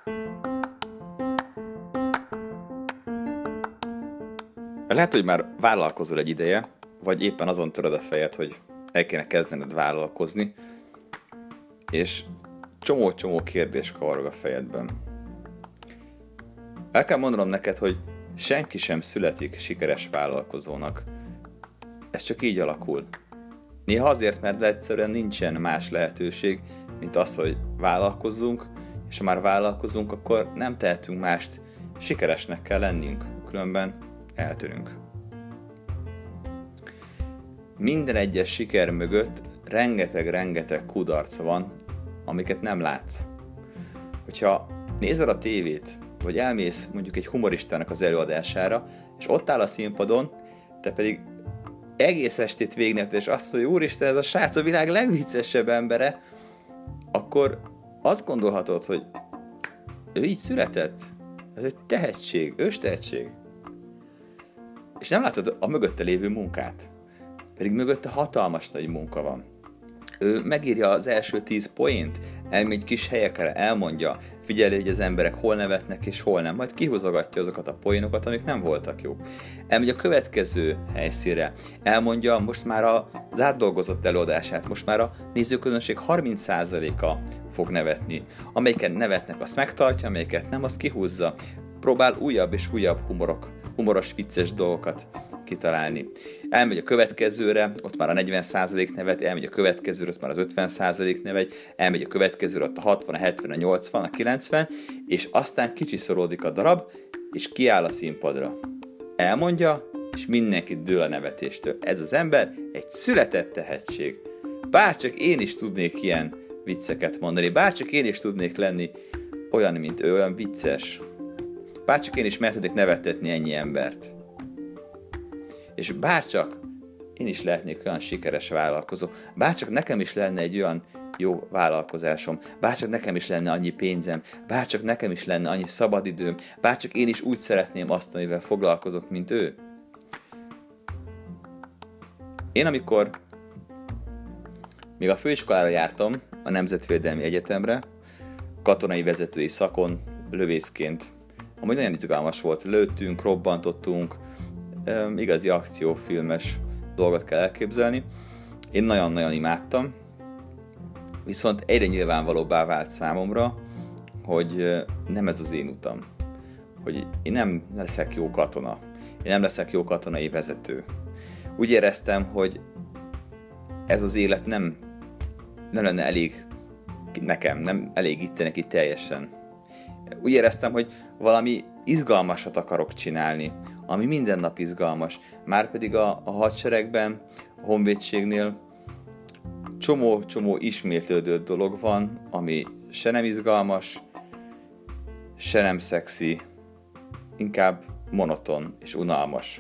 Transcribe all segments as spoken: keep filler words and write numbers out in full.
Lehet, hogy már vállalkozol egy ideje, vagy éppen azon töröd a fejed, hogy el kéne kezdened vállalkozni, és csomó-csomó kérdés kavarog a fejedben. El kell mondanom neked, hogy senki sem születik sikeres vállalkozónak. Ez csak így alakul. Néha azért, mert egyszerűen nincsen más lehetőség, mint az, hogy vállalkozzunk, és ha már vállalkozunk, akkor nem tehetünk mást, sikeresnek kell lennünk, különben eltűnünk. Minden egyes siker mögött rengeteg-rengeteg kudarc van, amiket nem látsz. Hogyha nézed a tévét, vagy elmész mondjuk egy humoristának az előadására, és ott áll a színpadon, te pedig egész estét végignézed, és azt mondod, hogy úristen, ez a srác a világ legviccesebb embere, akkor azt gondolhatod, hogy ő így született. Ez egy tehetség, ős tehetség. És nem látod a mögötte lévő munkát. Pedig mögötte hatalmas nagy munka van. Ő megírja az első tíz poént, elmegy kis helyekre, elmondja, figyeli, hogy az emberek hol nevetnek és hol nem, majd kihúzogatja azokat a poénokat, amik nem voltak jók. Elmegy a következő helyszínre, elmondja most már az átdolgozott előadását, most már a nézőközönség harminc százaléka fog nevetni. Amelyiket nevetnek, azt megtartja, amelyiket nem, azt kihúzza. Próbál újabb és újabb humorok, humoros, vicces dolgokat kitalálni. Elmegy a következőre, ott már a negyven százalék nevet, elmegy a következőre, ott már az ötven százalék nevet, elmegy a következőre, ott a hatvan, a hetven, a nyolcvan, a kilencven, és aztán kicsiszolódik a darab, és kiáll a színpadra. Elmondja, és mindenki dől a nevetéstől. Ez az ember egy született tehetség. Bárcsak én is tudnék ilyen vicceket mondani, bárcsak én is tudnék lenni olyan, mint ő, olyan vicces. Bárcsak én is meg tudnék nevettetni ennyi embert. És bárcsak én is lehetnék olyan sikeres vállalkozó, bárcsak nekem is lenne egy olyan jó vállalkozásom, bárcsak nekem is lenne annyi pénzem, bárcsak nekem is lenne annyi szabadidőm, bárcsak én is úgy szeretném azt, amivel foglalkozok, mint ő. Én amikor még a főiskolára jártam, a Nemzetvédelmi Egyetemre, katonai vezetői szakon, lövészként, amúgy nagyon izgalmas volt, lőttünk, robbantottunk, igazi akciófilmes dolgot kell elképzelni. Én nagyon-nagyon imádtam, viszont egyre nyilvánvalóbbá vált számomra, hogy nem ez az én utam. Hogy én nem leszek jó katona. Én nem leszek jó katonai vezető. Úgy éreztem, hogy ez az élet nem, nem lenne elég nekem, nem elégíte neki teljesen. Úgy éreztem, hogy valami izgalmasat akarok csinálni, ami minden nap izgalmas. Márpedig a, a hadseregben, a honvédségnél csomó-csomó ismétlődő dolog van, ami se nem izgalmas, se nem szexi, inkább monoton és unalmas.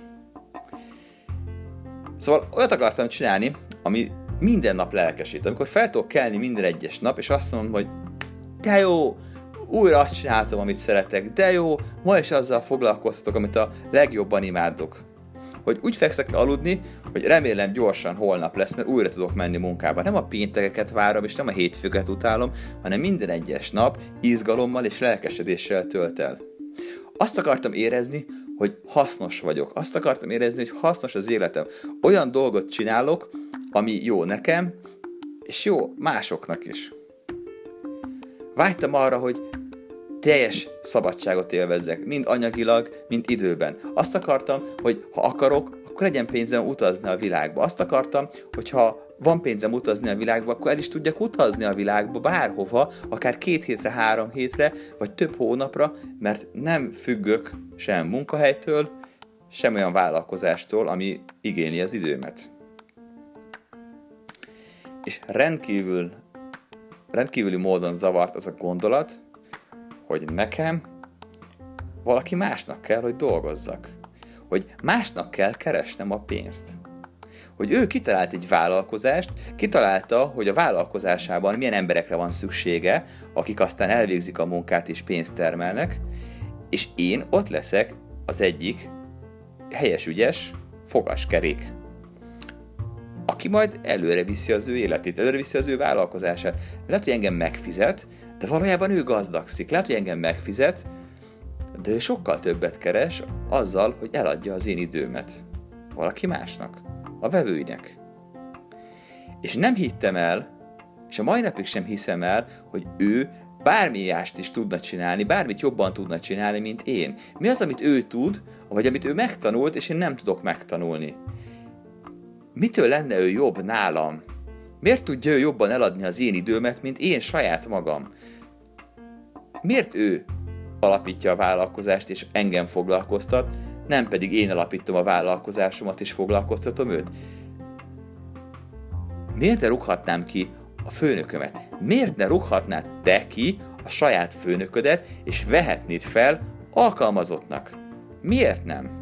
Szóval olyat akartam csinálni, ami minden nap lelkesít. Amikor fel tudok kelni minden egyes nap, és azt mondom, hogy de jó, újra azt csináltam, amit szeretek, de jó, ma is azzal foglalkoztatok, amit a legjobban imádok. Hogy úgy fekszek aludni, hogy remélem gyorsan holnap lesz, mert újra tudok menni munkába. Nem a péntekeket várom, és nem a hétfőket utálom, hanem minden egyes nap izgalommal és lelkesedéssel tölt el. Azt akartam érezni, hogy hasznos vagyok. Azt akartam érezni, hogy hasznos az életem. Olyan dolgot csinálok, ami jó nekem, és jó másoknak is. Vágytam arra, hogy teljes szabadságot élvezzek, mind anyagilag, mind időben. Azt akartam, hogy ha akarok, akkor legyen pénzem utazni a világba. Azt akartam, hogy ha van pénzem utazni a világba, akkor el is tudjak utazni a világba bárhova, akár két hétre, három hétre, vagy több hónapra, mert nem függök sem munkahelytől, sem olyan vállalkozástól, ami igényli az időmet. És rendkívül, rendkívüli módon zavart az a gondolat, hogy nekem valaki másnak kell, hogy dolgozzak. Hogy másnak kell keresnem a pénzt. Hogy ő kitalált egy vállalkozást, kitalálta, hogy a vállalkozásában milyen emberekre van szüksége, akik aztán elvégzik a munkát és pénzt termelnek, és én ott leszek az egyik helyes, ügyes fogaskerék, aki majd előre viszi az ő életét, előre viszi az ő vállalkozását. Lehet, hogy engem megfizet, De valójában ő gazdagszik. Lehet, hogy engem megfizet, de ő sokkal többet keres azzal, hogy eladja az én időmet. Valaki másnak. A vevőinek. És nem hittem el, és a mai napig sem hiszem el, hogy ő bármi mást is tudna csinálni, bármit jobban tudna csinálni, mint én. Mi az, amit ő tud, vagy amit ő megtanult, és én nem tudok megtanulni? Mitől lenne ő jobb nálam? Miért tudja ő jobban eladni az én időmet, mint én saját magam? Miért ő alapítja a vállalkozást, és engem foglalkoztat, nem pedig én alapítom a vállalkozásomat, és foglalkoztatom őt? Miért ne rúghatnám ki a főnökömet? Miért ne rúghatnád te ki a saját főnöködet, és vehetnéd fel alkalmazottnak? Miért nem?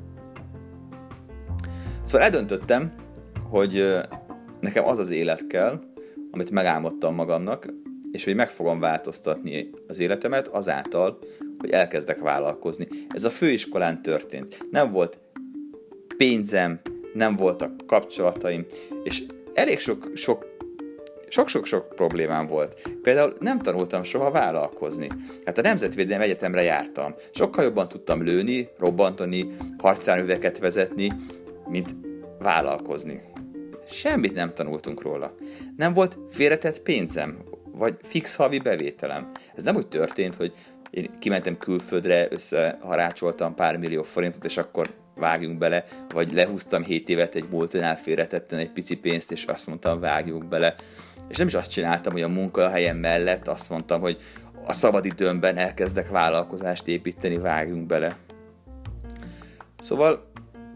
Szóval eldöntöttem, hogy nekem az az élet kell, amit megálmodtam magamnak, és hogy meg fogom változtatni az életemet azáltal, hogy elkezdek vállalkozni. Ez a főiskolán történt. Nem volt pénzem, nem voltak kapcsolataim, és elég sok, sok, sok-sok-sok problémám volt. Például nem tanultam soha vállalkozni. Hát a Nemzetvédelmi Egyetemre jártam. Sokkal jobban tudtam lőni, robbantani, harcjárműveket vezetni, mint vállalkozni. Semmit nem tanultunk róla. Nem volt félretett pénzem, vagy fix havi bevételem. Ez nem úgy történt, hogy én kimentem külföldre, összeharácsoltam pár millió forintot, és akkor vágjunk bele, vagy lehúztam hét évet egy multinál, félretettem egy pici pénzt, és azt mondtam, vágjunk bele. És nem is azt csináltam, hogy a munkahelyem mellett azt mondtam, hogy a szabadidőmben elkezdek vállalkozást építeni, vágjunk bele. Szóval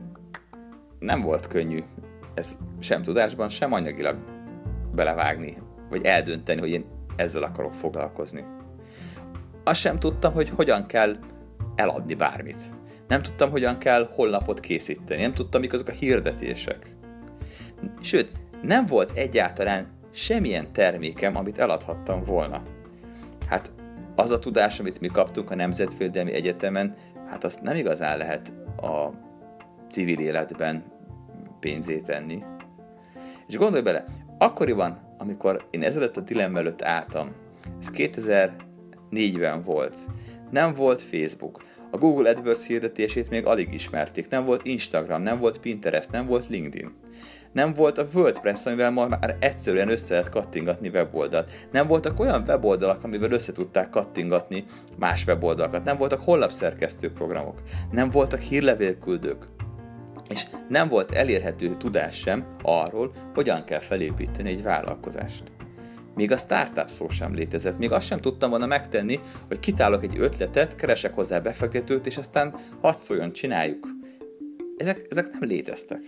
nem volt könnyű ez sem tudásban, sem anyagilag belevágni, vagy eldönteni, hogy én ezzel akarok foglalkozni. Azt sem tudtam, hogy hogyan kell eladni bármit. Nem tudtam, hogyan kell honlapot készíteni. Nem tudtam, mik azok a hirdetések. Sőt, nem volt egyáltalán semmilyen termékem, amit eladhattam volna. Hát az a tudás, amit mi kaptunk a Nemzetvédelmi Egyetemen, hát azt nem igazán lehet a civil életben pénzét tenni. És gondolj bele, akkoriban, amikor én ezelőtt a dilemma előtt álltam, ez kétezer-négyben volt, nem volt Facebook, a Google AdWords hirdetését még alig ismerték, nem volt Instagram, nem volt Pinterest, nem volt LinkedIn. Nem volt a WordPress, amivel már egyszerűen össze lehet kattingatni weboldalt. Nem voltak olyan weboldalak, amivel össze tudták kattingatni más weboldalakat. Nem voltak honlapszerkesztő programok. Nem voltak hírlevélküldők. És nem volt elérhető tudás sem arról, hogyan kell felépíteni egy vállalkozást. Még a startup szó sem létezett, még azt sem tudtam volna megtenni, hogy kitálok egy ötletet, keresek hozzá befektetőt, és aztán hadd szóljon, csináljuk. Ezek, ezek nem léteztek.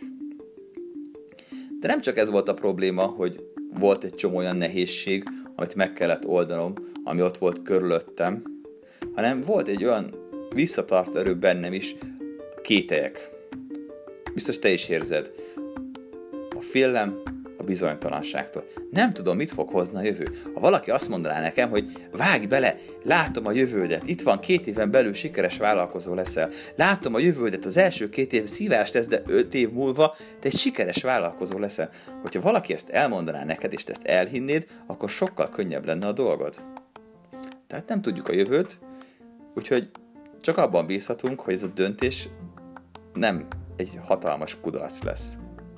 De nem csak ez volt a probléma, hogy volt egy csomó olyan nehézség, amit meg kellett oldanom, ami ott volt körülöttem, hanem volt egy olyan visszatartó erő bennem is, kételyek. Biztos te is érzed. A félelem a bizonytalanságtól. Nem tudom, mit fog hozni a jövő. Ha valaki azt mondaná nekem, hogy vágj bele, látom a jövődet, itt van, két éven belül sikeres vállalkozó leszel, látom a jövődet, az első két év szívás tesz, de öt év múlva te egy sikeres vállalkozó leszel. Hogyha valaki ezt elmondaná neked, és te ezt elhinnéd, akkor sokkal könnyebb lenne a dolgod. Tehát nem tudjuk a jövőt, úgyhogy csak abban bízhatunk, hogy ez a döntés nem egy hatalmas kudarc lesz.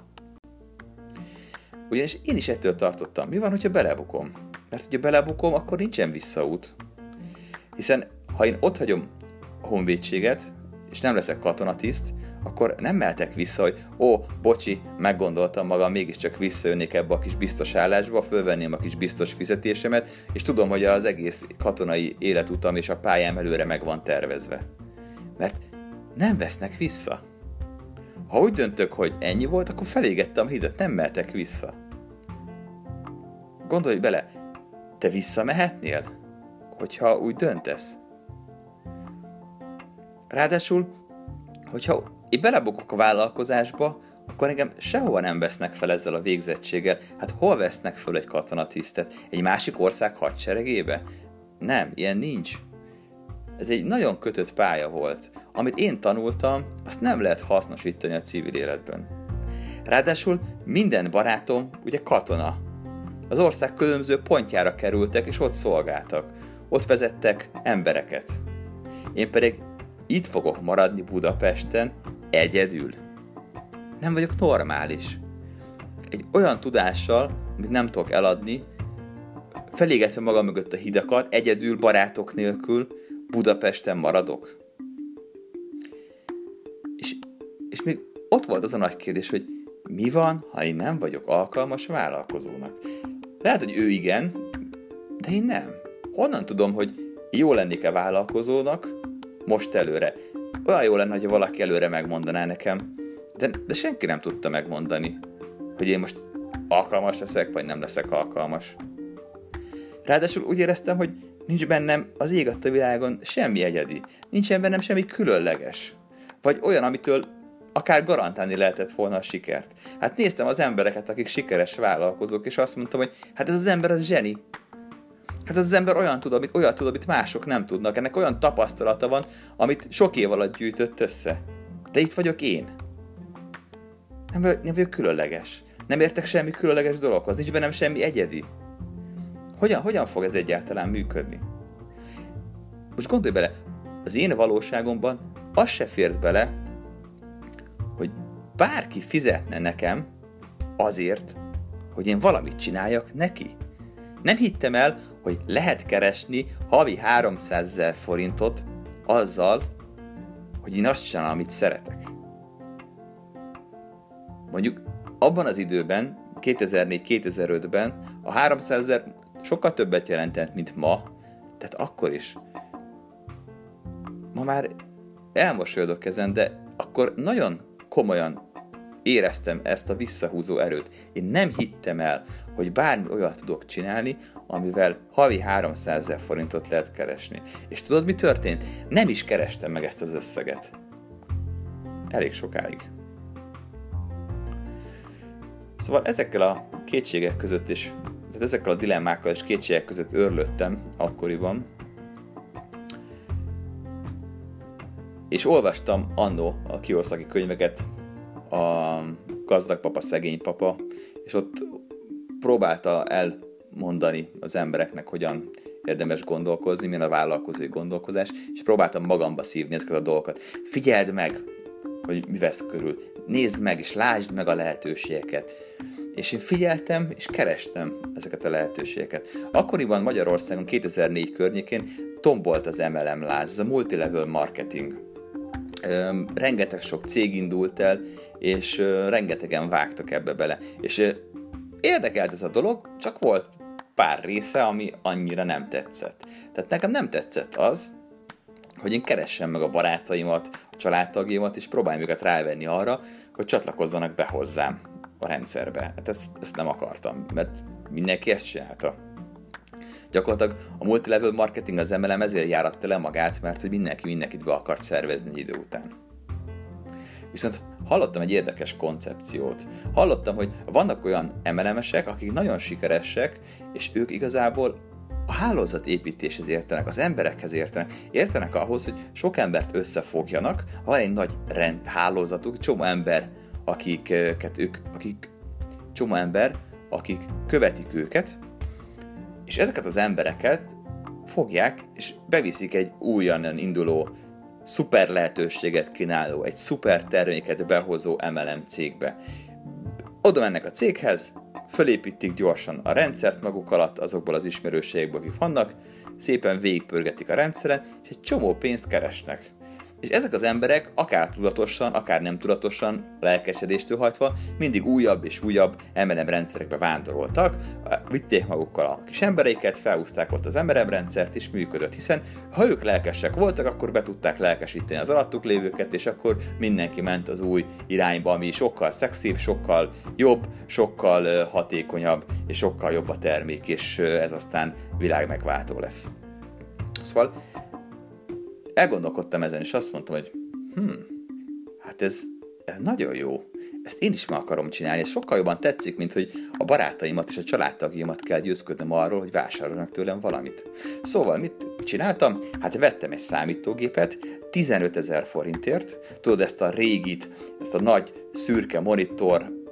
Ugyanis én is ettől tartottam. Mi van, hogyha belebukom? Mert hogyha belebukom, akkor nincsen visszaút. Hiszen ha én ott hagyom a honvédséget, és nem leszek katonatiszt, akkor nem mehetek vissza, hogy ó, bocsi, meggondoltam magam, mégiscsak visszajönnék ebbe a kis biztos állásba, fölvenném a kis biztos fizetésemet, és tudom, hogy az egész katonai életutam és a pályám előre meg van tervezve. Mert nem vesznek vissza. Ha úgy döntök, hogy ennyi volt, akkor felégettem a hidat, nem mehetek vissza. Gondolj bele, te visszamehetnél, hogyha úgy döntesz? Ráadásul, hogyha én belebukok a vállalkozásba, akkor engem sehova nem vesznek fel ezzel a végzettséggel. Hát hol vesznek fel egy katonatisztet? Egy másik ország hadseregébe? Nem, ilyen nincs. Ez egy nagyon kötött pálya volt. Amit én tanultam, azt nem lehet hasznosítani a civil életben. Ráadásul minden barátom ugye katona. az ország különböző pontjára kerültek, és ott szolgáltak. Ott vezettek embereket. Én pedig itt fogok maradni Budapesten egyedül. Nem vagyok normális. Egy olyan tudással, amit nem tudok eladni, felégetve magam mögött a hidakat, egyedül, barátok nélkül Budapesten maradok. És, és még ott volt az a nagy kérdés, hogy mi van, ha én nem vagyok alkalmas vállalkozónak? Lehet, hogy ő igen, de én nem. Honnan tudom, hogy jó lennék-e vállalkozónak most előre? Olyan jó lenne, ha valaki előre megmondaná nekem, de, de senki nem tudta megmondani, hogy én most alkalmas leszek, vagy nem leszek alkalmas. Ráadásul úgy éreztem, hogy nincs bennem az ég adta világon semmi egyedi. Nincsen bennem semmi különleges. Vagy olyan, amitől akár garantálni lehetett volna a sikert. Hát néztem az embereket, akik sikeres vállalkozók, és azt mondtam, hogy hát ez az ember az zseni. Hát ez az ember olyan tud, amit, olyat tud, amit mások nem tudnak. Ennek olyan tapasztalata van, amit sok év alatt gyűjtött össze. De itt vagyok én. Nem, nem vagyok különleges. Nem értek semmi különleges dologhoz. Nincs bennem semmi egyedi. Hogyan, hogyan fog ez egyáltalán működni? Most gondolj bele, az én valóságomban az se fért bele, hogy bárki fizetne nekem azért, hogy én valamit csináljak neki. Nem hittem el, hogy lehet keresni havi háromszázezer forintot azzal, hogy én azt csinálom, amit szeretek. Mondjuk abban az időben, kétezer-négy-kétezer-ötben a háromszázezer sokkal többet jelentett, mint ma, tehát akkor is. Ma már elmosolyodok ezen, de akkor nagyon komolyan éreztem ezt a visszahúzó erőt. Én nem hittem el, hogy bármi olyat tudok csinálni, amivel havi háromszázezer forintot lehet keresni. És tudod, mi történt? Nem is kerestem meg ezt az összeget. Elég sokáig. Szóval ezekkel a kétségek között is, tehát ezekkel a dilemmákkal és kétségek között őrlődtem akkoriban, és olvastam annó a Kiyosaki könyveket, a Gazdag papa, szegény papa, és ott próbálta elmondani az embereknek, hogyan érdemes gondolkozni, milyen a vállalkozói gondolkozás, és próbáltam magamba szívni ezeket a dolgokat. Figyeld meg, hogy mi vesz körül. Nézd meg, és lásd meg a lehetőségeket. És én figyeltem, és kerestem ezeket a lehetőségeket. Akkoriban Magyarországon kétezer-négy környékén tombolt az em el em láz, ez a multilevel marketing. Üm, rengeteg sok cég indult el, és uh, rengetegen vágtak ebbe bele. És uh, érdekelt ez a dolog, csak volt pár része, ami annyira nem tetszett. Tehát nekem nem tetszett az, hogy én keressem meg a barátaimat, a családtagjaimat, és próbáljam őket rávenni arra, hogy csatlakozzanak be hozzám a rendszerbe. Hát ezt, ezt nem akartam, mert mindenki ezt csinálta. Gyakorlatilag a multilevel marketing, az em el em ezért járatta le magát, mert hogy mindenki mindenkit be akart szervezni egy idő után. Viszont hallottam egy érdekes koncepciót. Hallottam, hogy vannak olyan em el em-esek, akik nagyon sikeresek, és ők igazából a hálózatépítéshez értenek, az emberekhez értenek, értenek ahhoz, hogy sok embert összefogjanak, van egy nagy rend, hálózatuk, csomó ember, akiket ők, akik, csomó ember, akik követik őket, és ezeket az embereket fogják, és beviszik egy újonnan induló, szuper lehetőséget kínáló, egy szuper terméket behozó em el em cégbe. Oda mennek a céghez, fölépítik gyorsan a rendszert maguk alatt, azokból az ismerőségekből, akik vannak, szépen végigpörgetik a rendszeren, és egy csomó pénzt keresnek. És ezek az emberek, akár tudatosan, akár nem tudatosan, lelkesedéstől hajtva, mindig újabb és újabb em el em rendszerekbe vándoroltak, vitték magukkal a kis embereiket, felhúzták ott az em el em rendszert, és működött, hiszen ha ők lelkesek voltak, akkor be tudták lelkesíteni az alattuk lévőket, és akkor mindenki ment az új irányba, ami sokkal szexibb, sokkal jobb, sokkal hatékonyabb, és sokkal jobb a termék, és ez aztán világmegváltó lesz. Szóval elgondolkodtam ezen, és azt mondtam, hogy hm, hát ez, ez nagyon jó. Ezt én is meg akarom csinálni. Ez sokkal jobban tetszik, mint hogy a barátaimat és a családtagjaimat kell győzködnöm arról, hogy vásárolnak tőlem valamit. Szóval mit csináltam? Hát vettem egy számítógépet tizenötezer forintért. Tudod, ezt a régit, ezt a nagy szürke monitor,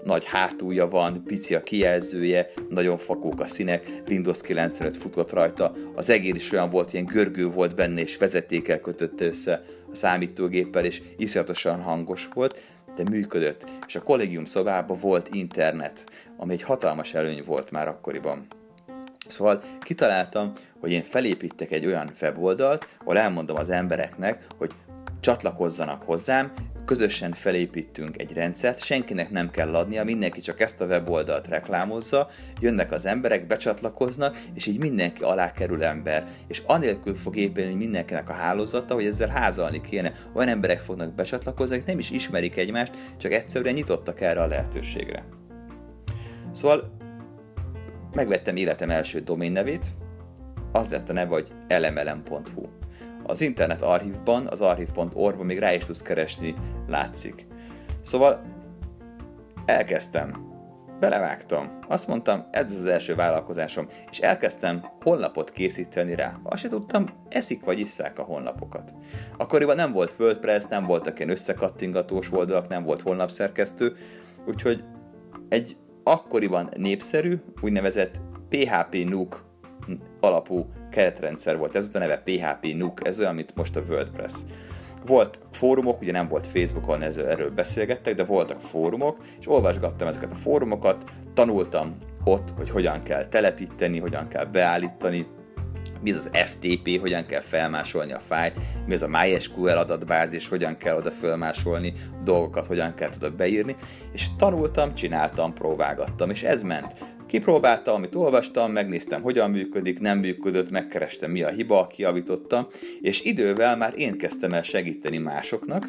nagy hátulja van, pici a kijelzője, nagyon fakók a színek, Windows kilencvenöt futott rajta, az egér is olyan volt, ilyen görgő volt benne, és vezetékkel kötötte össze a számítógéppel, és iszonyatosan hangos volt, de működött, és a kollégium szobában volt internet, ami egy hatalmas előny volt már akkoriban. Szóval kitaláltam, hogy én felépítek egy olyan weboldalt, ahol elmondom az embereknek, hogy csatlakozzanak hozzám, közösen felépítünk egy rendszert, senkinek nem kell adnia, mindenki csak ezt a weboldalt reklámozza, jönnek az emberek, becsatlakoznak, és így mindenki alá kerül ember. És anélkül fog épülni mindenkinek a hálózata, hogy ezzel házalni kéne. Olyan emberek fognak becsatlakozni, akik nem is ismerik egymást, csak egyszerűen nyitottak erre a lehetőségre. Szóval megvettem életem első doménnevét, az lett a neve, hogy elemelem pont hu. Az internet archívban, az archive pont org-ban még rá is tudsz keresni, látszik. Szóval elkezdtem, belevágtam, azt mondtam, ez az első vállalkozásom, és elkezdtem honlapot készíteni rá. Azt se tudtam, eszik vagy isszák a honlapokat. Akkoriban nem volt WordPress, nem voltak ilyen összekattingatós oldalak, nem volt honlapszerkesztő, úgyhogy egy akkoriban népszerű, úgynevezett pé há pé Nuke alapú keretrendszer volt. Ez volt a neve pé há pé Nuke, ez olyan, mint most a WordPress. Volt fórumok, ugye nem volt Facebookon, erről beszélgettek, de voltak fórumok, és olvasgattam ezeket a fórumokat, tanultam ott, hogy hogyan kell telepíteni, hogyan kell beállítani, mi az az ef té pé, hogyan kell felmásolni a fájlt, mi az a MySQL adatbázis, hogyan kell oda felmásolni dolgokat, hogyan kell oda beírni, és tanultam, csináltam, próbálgattam, és ez ment. Kipróbáltam, amit olvastam, megnéztem, hogyan működik, nem működött, megkerestem, mi a hiba, kijavítottam, és idővel már én kezdtem el segíteni másoknak,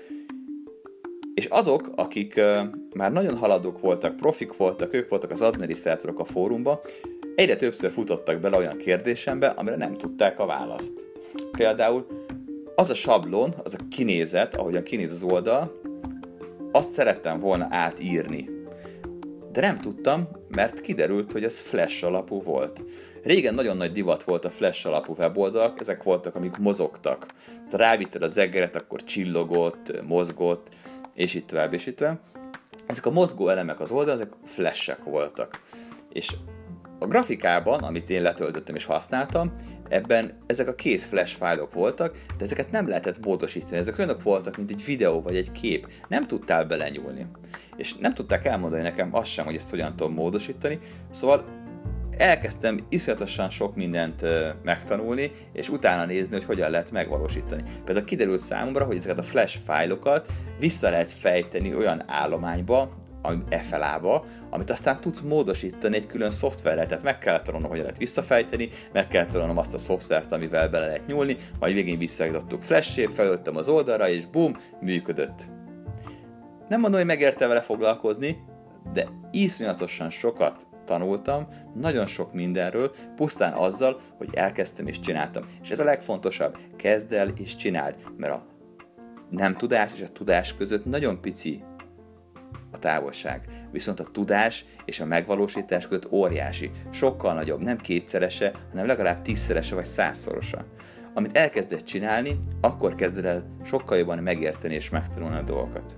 és azok, akik uh, már nagyon haladók voltak, profik voltak, ők voltak az adminisztrátorok a fórumban, egyre többször futottak bele olyan kérdésembe, amire nem tudták a választ. Például az a sablon, az a kinézet, ahogyan kinéz az oldal, azt szerettem volna átírni. De nem tudtam, mert kiderült, hogy ez Flash alapú volt. Régen nagyon nagy divat volt a Flash alapú weboldalak, ezek voltak, amik mozogtak. Ha rávitted az egeret, akkor csillogott, mozgott, és itt tovább, és itt tovább. Ezek a mozgó elemek az oldalon, ezek Flash-ek voltak. És a grafikában, amit én letöltöttem és használtam, ebben ezek a kész flash fájlok voltak, de ezeket nem lehetett módosítani. Ezek olyanok voltak, mint egy videó vagy egy kép. Nem tudtál belenyúlni. És nem tudták elmondani nekem azt sem, hogy ezt hogyan tudom módosítani. Szóval elkezdtem iszonyatosan sok mindent megtanulni, és utána nézni, hogy hogyan lehet megvalósítani. Például kiderült számomra, hogy ezeket a flash fájlokat vissza lehet fejteni olyan állományba, ef el á-ba, amit aztán tudsz módosítani egy külön szoftverrel, tehát meg kellett tanulnom, hogy lehet visszafejteni, meg kellett tanulnom azt a szoftvert, amivel bele lehet nyúlni, majd végén visszaállítottuk flash-é, felöltöttem az oldalra, és bum, működött. Nem mondom, hogy megérte vele foglalkozni, de iszonyatosan sokat tanultam, nagyon sok mindenről, pusztán azzal, hogy elkezdtem és csináltam. És ez a legfontosabb, kezd el és csináld, mert a nem tudás és a tudás között nagyon pici a távolság. Viszont a tudás és a megvalósítás között óriási, sokkal nagyobb, nem kétszerese, hanem legalább tízszerese vagy százszorosa. Amit elkezded csinálni, akkor kezded el sokkal jobban megérteni és megtanulni a dolgokat.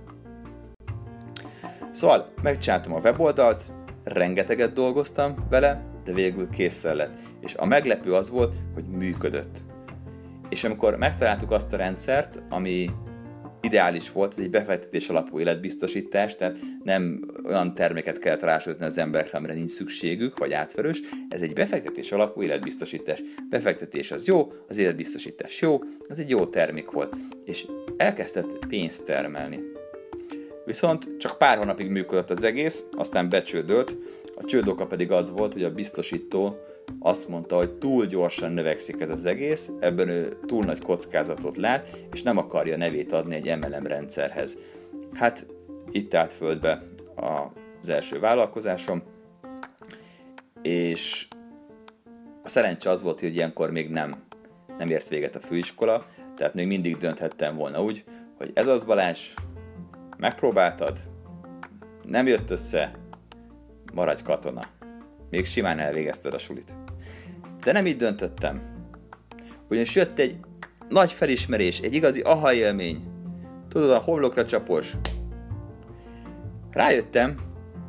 Szóval megcsináltam a weboldalt, rengeteget dolgoztam vele, de végül készen lett. És a meglepő az volt, hogy működött. És amikor megtaláltuk azt a rendszert, ami ideális volt, ez egy befektetés alapú életbiztosítás, tehát nem olyan terméket kellett rásőzni az emberekre, amire nincs szükségük, vagy átverős, ez egy befektetés alapú életbiztosítás. Befektetés az jó, az életbiztosítás jó, az egy jó termék volt, és elkezdett pénzt termelni. Viszont csak pár hónapig működött az egész, aztán becsődölt, a csőd oka pedig az volt, hogy a biztosító azt mondta, hogy túl gyorsan növekszik ez az egész, ebben ő túl nagy kockázatot lát, és nem akarja nevét adni egy em el em rendszerhez. Hát itt állt földbe az első vállalkozásom, és a szerencse az volt, hogy ilyenkor még nem, nem ért véget a főiskola, tehát még mindig dönthettem volna úgy, hogy ez az, Balázs, megpróbáltad, nem jött össze, maradj katona. Még simán elvégezted a sulit. De nem így döntöttem. Ugyanis jött egy nagy felismerés, egy igazi aha élmény. Tudod, a homlokra csapos. Rájöttem,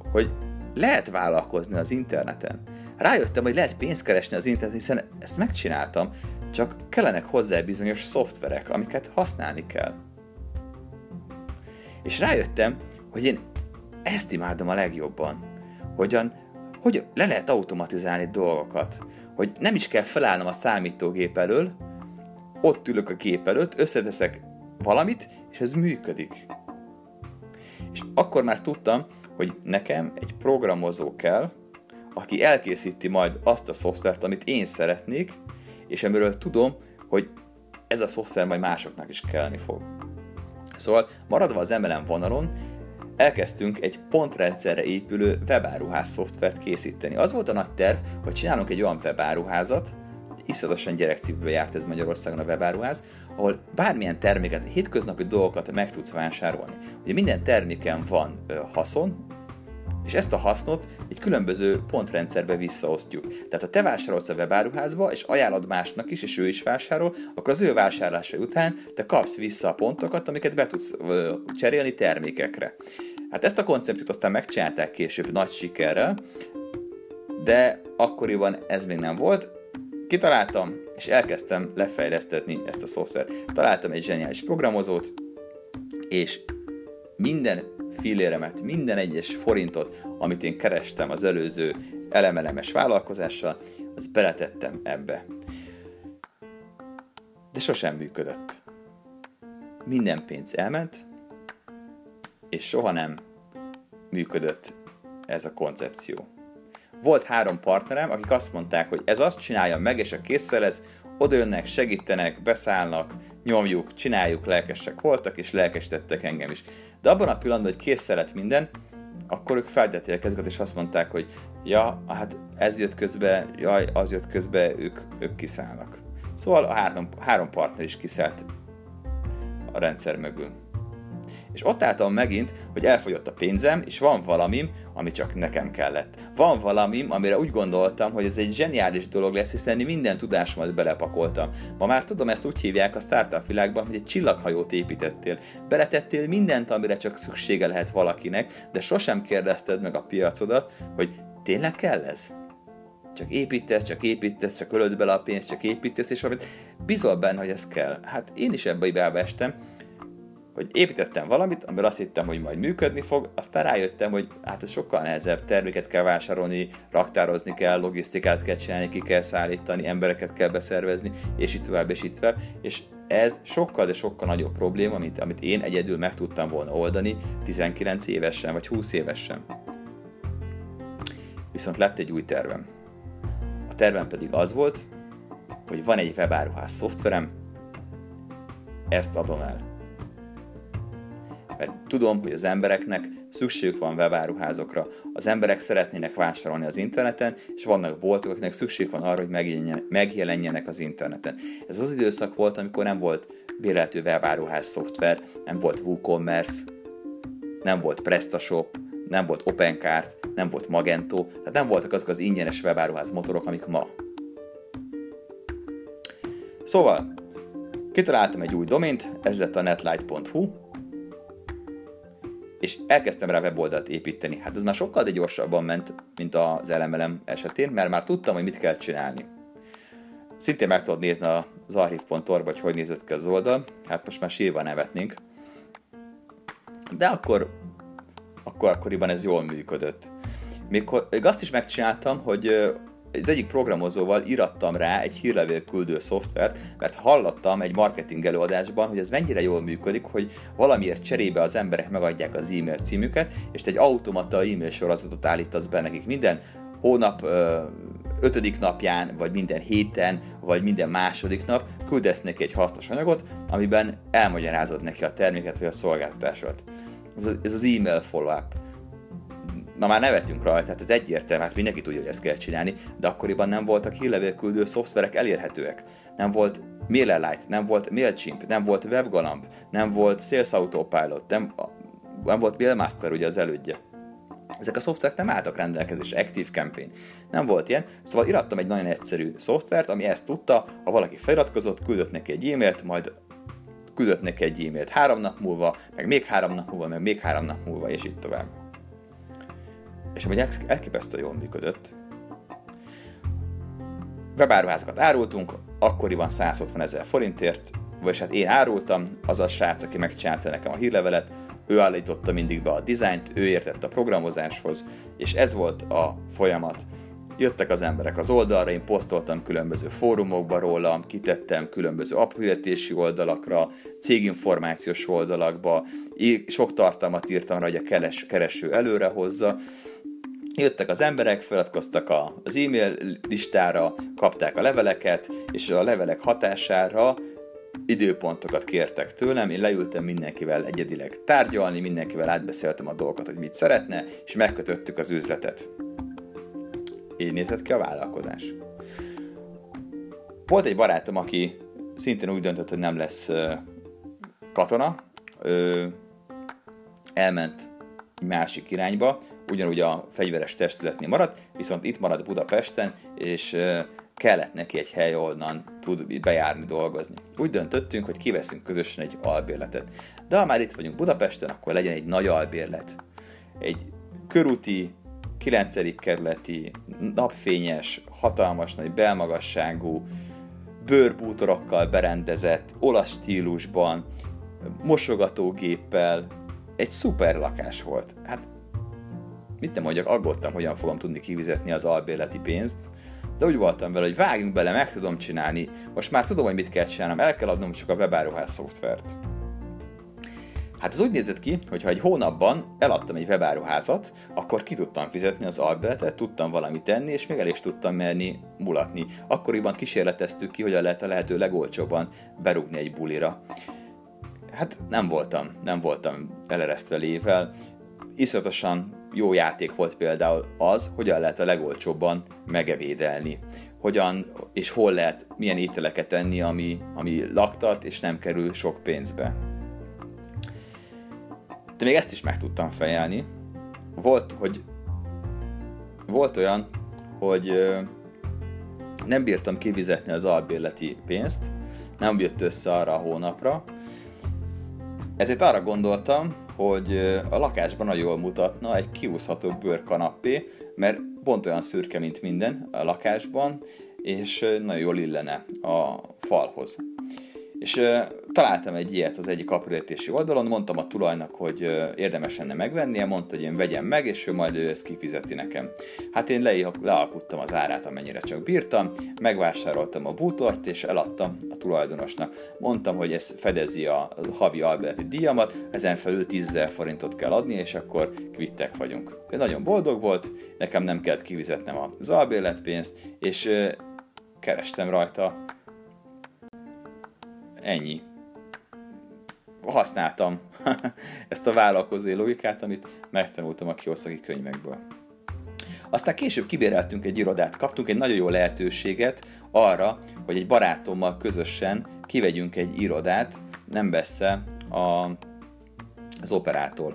hogy lehet vállalkozni az interneten. Rájöttem, hogy lehet pénzt keresni az interneten, hiszen ezt megcsináltam, csak kellenek hozzá bizonyos szoftverek, amiket használni kell. És rájöttem, hogy én ezt imádom a legjobban, hogyan, hogy le lehet automatizálni dolgokat, hogy nem is kell felállnom a számítógép elől, ott ülök a gép előtt, összeteszek valamit, és ez működik. És akkor már tudtam, hogy nekem egy programozó kell, aki elkészíti majd azt a szoftvert, amit én szeretnék, és amiről tudom, hogy ez a szoftver majd másoknak is kelleni fog. Szóval maradva az em el em vonalon, elkezdtünk egy pontrendszerre épülő webáruház szoftvert készíteni. Az volt a nagy terv, hogy csinálunk egy olyan webáruházat, iszonyatosan gyerekcipőbe járt ez Magyarországon a webáruház, ahol bármilyen terméket, hétköznapi dolgokat meg tudsz vásárolni. Ugye minden terméken van ö, haszon, és ezt a hasznot egy különböző pontrendszerbe visszaosztjuk. Tehát ha te vásárolsz a webáruházba, és ajánlod másnak is, és ő is vásárol, akkor az ő vásárlása után te kapsz vissza a pontokat, amiket be tudsz ö, cserélni termékekre. Hát ezt a koncepciót aztán megcsinálták később nagy sikerrel, de akkoriban ez még nem volt. Kitaláltam, és elkezdtem lefejlesztetni ezt a szoftvert. Találtam egy zseniális programozót, és minden filléremet, minden egyes forintot, amit én kerestem az előző elemelemes vállalkozással, azt beletettem ebbe. De sosem működött. Minden pénz elment, és soha nem működött ez a koncepció. Volt három partnerem, akik azt mondták, hogy ez azt csinálja meg, és a késszel lesz, oda jönnek, segítenek, beszállnak, nyomjuk, csináljuk, lelkesek voltak, és lelkesítettek engem is. De abban a pillanatban, hogy késszel lett minden, akkor ők feltették a kezüket, és azt mondták, hogy ja, hát ez jött közbe, jaj, az jött közbe, ők, ők kiszállnak. Szóval a három, három partner is kiszállt a rendszer mögül. És ott álltam megint, hogy elfogyott a pénzem, és van valamim, ami csak nekem kellett. Van valamim, amire úgy gondoltam, hogy ez egy zseniális dolog lesz, hiszen minden tudásomat belepakoltam. Ma már tudom, ezt úgy hívják a startup világban, hogy egy csillaghajót építettél. Beletettél mindent, amire csak szüksége lehet valakinek, de sosem kérdezted meg a piacodat, hogy tényleg kell ez? Csak építesz, csak építesz, csak ölöd bele a pénzt, csak építesz, és valamit bizol benne, hogy ez kell. Hát én is ebbe ibába estem, hogy építettem valamit, amiről azt hittem, hogy majd működni fog, aztán rájöttem, hogy hát ez sokkal nehezebb, terméket kell vásárolni, raktározni kell, logisztikát kell csinálni, ki kell szállítani, embereket kell beszervezni, és így tovább, és így tovább, és ez sokkal, de sokkal nagyobb probléma, amit, amit én egyedül meg tudtam volna oldani tizenkilenc évesen, vagy húsz évesen. Viszont lett egy új tervem. A tervem pedig az volt, hogy van egy webáruház szoftverem, ezt adom el. Mert tudom, hogy az embereknek szükségük van webáruházokra, az emberek szeretnének vásárolni az interneten, és vannak boltok, akiknek szükség van arra, hogy megjelenjenek az interneten. Ez az időszak volt, amikor nem volt bérelhető webáruház szoftver, nem volt WooCommerce, nem volt PrestaShop, nem volt OpenCart, nem volt Magento, tehát nem voltak azok az ingyenes webáruház motorok, amik ma. Szóval, kitaláltam egy új domént, ez lett a netlight pont hu, és elkezdtem rá weboldalt építeni. Hát ez már sokkal de gyorsabban ment, mint az el em el em esetén, mert már tudtam, hogy mit kell csinálni. Szintén meg tudod nézni az archive pont org, vagy hogy nézett ki az oldal, hát most már sírva nevetnénk. De akkor, akkor akkoriban ez jól működött. Még azt is megcsináltam, hogy az egyik programozóval írattam rá egy hírlevél küldő szoftvert, mert hallottam egy marketing előadásban, hogy ez mennyire jól működik, hogy valamiért cserébe az emberek megadják az e-mail címüket, és te egy automata e-mail sorozatot állítasz be nekik minden hónap ötödik napján, vagy minden héten, vagy minden második nap küldesz neki egy hasznos anyagot, amiben elmagyarázod neki a terméket vagy a szolgáltatásot. Ez az e-mail follow-up. Na már nevetünk rajta, tehát ez egyértelmű, hát mindenki tudja, hogy ezt kell csinálni, de akkoriban nem voltak hírlevélküldő szoftverek elérhetőek. Nem volt MailerLite, nem volt MailChimp, nem volt WebGalamp, nem volt Sales Autopilot, nem, nem volt Mailmaster, ugye az elődje. Ezek a szoftverek nem álltak rendelkezésre, Active Campaign. Nem volt ilyen, szóval irattam egy nagyon egyszerű szoftvert, ami ezt tudta, ha valaki feliratkozott, küldött neki egy e-mailt, majd küldött neki egy e-mailt három nap múlva, meg még három nap múlva, meg még három nap múlva, és így tovább. és amúgy elképesztően jól működött. Webáruházakat árultunk, akkoriban száz hatvan ezer forintért, vagyis hát én árultam, az a srác, aki megcsinálta nekem a hírlevelet, ő állította mindig be a dizájnt, ő értett a programozáshoz, és ez volt a folyamat. Jöttek az emberek az oldalra, én posztoltam különböző fórumokba rólam, kitettem különböző appüldetési oldalakra, céginformációs oldalakba, sok tartalmat írtam rá, hogy a keres, kereső előre hozza. Jöttek az emberek, feliratkoztak az e-mail listára, kapták a leveleket, és a levelek hatására időpontokat kértek tőlem, én leültem mindenkivel egyedileg tárgyalni, mindenkivel átbeszéltem a dolgokat, hogy mit szeretne, és megkötöttük az üzletet. Így nézett ki a vállalkozás. Volt egy barátom, aki szintén úgy döntött, hogy nem lesz katona, ő elment egy másik irányba, ugyanúgy a fegyveres testületnél maradt, viszont itt maradt Budapesten, és kellett neki egy hely, onnan tud bejárni, dolgozni. Úgy döntöttünk, hogy kiveszünk közösen egy albérletet. De ha már itt vagyunk Budapesten, akkor legyen egy nagy albérlet. Egy körúti, kilencedik kerületi, napfényes, hatalmas nagy belmagasságú, bőrbútorokkal berendezett, olasz stílusban, mosogatógéppel, egy szuper lakás volt. Hát, mit nem mondjak, aggódtam, hogyan fogom tudni kifizetni az albérleti pénzt, de úgy voltam vele, hogy vágjunk bele, meg tudom csinálni, most már tudom, hogy mit kell csinálnom, el kell adnom csak a webáruház szoftvert. Hát ez úgy nézett ki, hogy ha egy hónapban eladtam egy webáruházat, akkor ki tudtam fizetni az albérletet, tudtam valamit tenni, és még el is tudtam menni mulatni. Akkoriban kísérleteztük ki, hogyan lehet a lehető legolcsóbban berúgni egy bulira. Hát nem voltam, nem voltam eleresztve lével. Iszonyatosan jó játék volt például az, hogyan lehet a legolcsóbban megevédelni. Hogyan és hol lehet milyen ételeket tenni, ami, ami laktat és nem kerül sok pénzbe. De még ezt is meg tudtam fejelni. Volt, hogy volt olyan, hogy nem bírtam kifizetni az albérleti pénzt, nem jött össze arra a hónapra, ezért arra gondoltam, hogy a lakásban nagyon jól mutatna egy kiúszható bőrkanapé, mert pont olyan szürke, mint minden a lakásban, és nagyon jól illene a falhoz. És uh, találtam egy ilyet az egyik aprőletési oldalon, mondtam a tulajnak, hogy uh, érdemes lenne megvennie, mondta, hogy én vegyem meg, és ő majd ő ezt kifizeti nekem. Hát én le, lealkuttam az árát, amennyire csak bírtam, megvásároltam a bútort, és eladtam a tulajdonosnak. Mondtam, hogy ez fedezi a havi albérleti díjamat, ezen felül tízezer forintot kell adni, és akkor kvittek vagyunk. Ő nagyon boldog volt, nekem nem kellett kifizetnem az albérletpénzt, és uh, kerestem rajta. Ennyi. Használtam ezt a vállalkozói logikát, amit megtanultam a Kiyosaki könyvekből. Aztán később kibéreltünk egy irodát, kaptunk egy nagyon jó lehetőséget arra, hogy egy barátommal közösen kivegyünk egy irodát, nem messze a, az operától.